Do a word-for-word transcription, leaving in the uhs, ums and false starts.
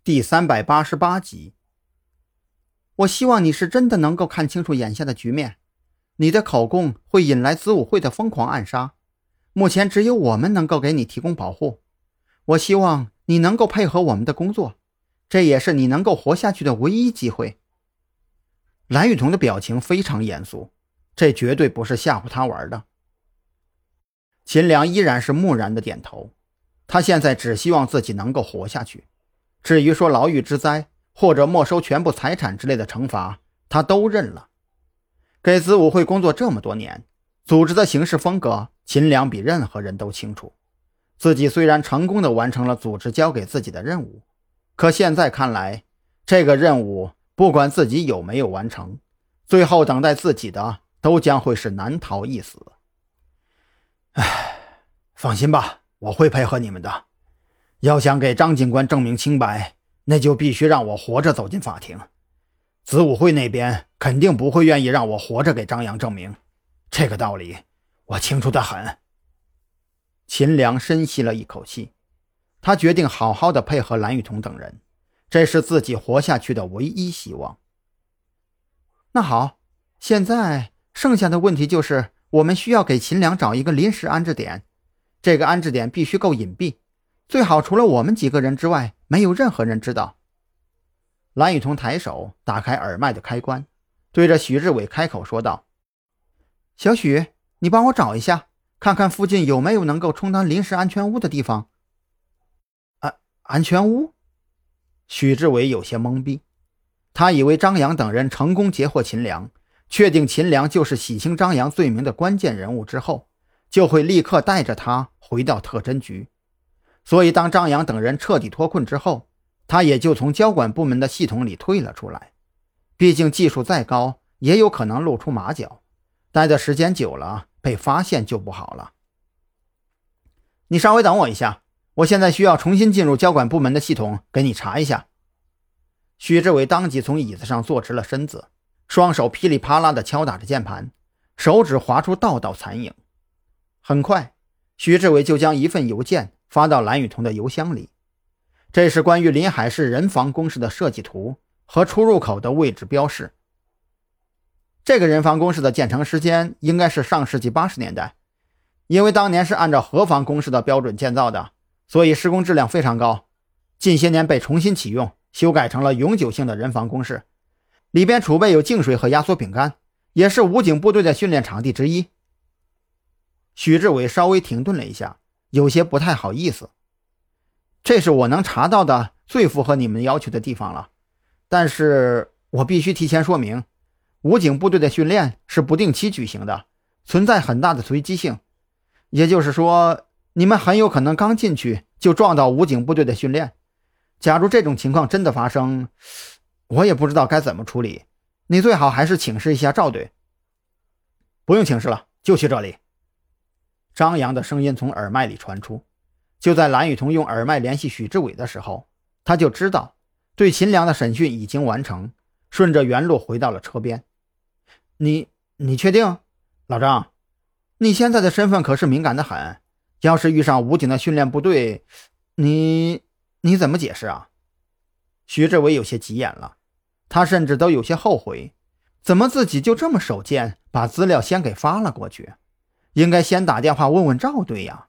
第三百八十八集。我希望你是真的能够看清楚眼下的局面，你的口供会引来子午会的疯狂暗杀，目前只有我们能够给你提供保护。我希望你能够配合我们的工作，这也是你能够活下去的唯一机会。蓝雨桐的表情非常严肃，这绝对不是吓唬他玩的。秦良依然是木然的点头，他现在只希望自己能够活下去。至于说牢狱之灾或者没收全部财产之类的惩罚，他都认了。给子午会工作这么多年，组织的行事风格秦良比任何人都清楚。自己虽然成功地完成了组织交给自己的任务，可现在看来，这个任务不管自己有没有完成，最后等待自己的都将会是难逃一死。唉，放心吧，我会配合你们的。要想给张警官证明清白，那就必须让我活着走进法庭。子午会那边肯定不会愿意让我活着给张扬证明，这个道理我清楚得很。秦良深吸了一口气，他决定好好的配合蓝雨桐等人，这是自己活下去的唯一希望。那好，现在剩下的问题就是我们需要给秦良找一个临时安置点，这个安置点必须够隐蔽，最好除了我们几个人之外没有任何人知道。蓝雨桐抬手打开耳麦的开关，对着许志伟开口说道：小许，你帮我找一下，看看附近有没有能够充当临时安全屋的地方。安安全屋？许志伟有些懵逼，他以为张扬等人成功截获秦良，确定秦良就是洗清张扬罪名的关键人物之后，就会立刻带着他回到特侦局。所以当张扬等人彻底脱困之后，他也就从交管部门的系统里退了出来。毕竟技术再高，也有可能露出马脚，待的时间久了，被发现就不好了。你稍微等我一下，我现在需要重新进入交管部门的系统，给你查一下。许志伟当即从椅子上坐直了身子，双手噼里啪啦地敲打着键盘，手指划出道道残影。很快，许志伟就将一份邮件发到蓝雨桐的邮箱里。这是关于临海市人防工事的设计图和出入口的位置标示。这个人防工事的建成时间应该是上世纪八十年代，因为当年是按照河防工事的标准建造的，所以施工质量非常高。近些年被重新启用，修改成了永久性的人防工事，里边储备有净水和压缩饼干，也是武警部队的训练场地之一。许志伟稍微停顿了一下，有些不太好意思。这是我能查到的最符合你们要求的地方了，但是我必须提前说明，武警部队的训练是不定期举行的，存在很大的随机性。也就是说，你们很有可能刚进去就撞到武警部队的训练。假如这种情况真的发生，我也不知道该怎么处理，你最好还是请示一下赵队。不用请示了，就去这里。张扬的声音从耳麦里传出。就在蓝雨桐用耳麦联系许志伟的时候，他就知道对秦良的审讯已经完成，顺着原路回到了车边。你你确定？老张，你现在的身份可是敏感得很，要是遇上武警的训练部队，你你怎么解释啊？许志伟有些急眼了，他甚至都有些后悔，怎么自己就这么手贱，把资料先给发了过去，应该先打电话问问赵队呀。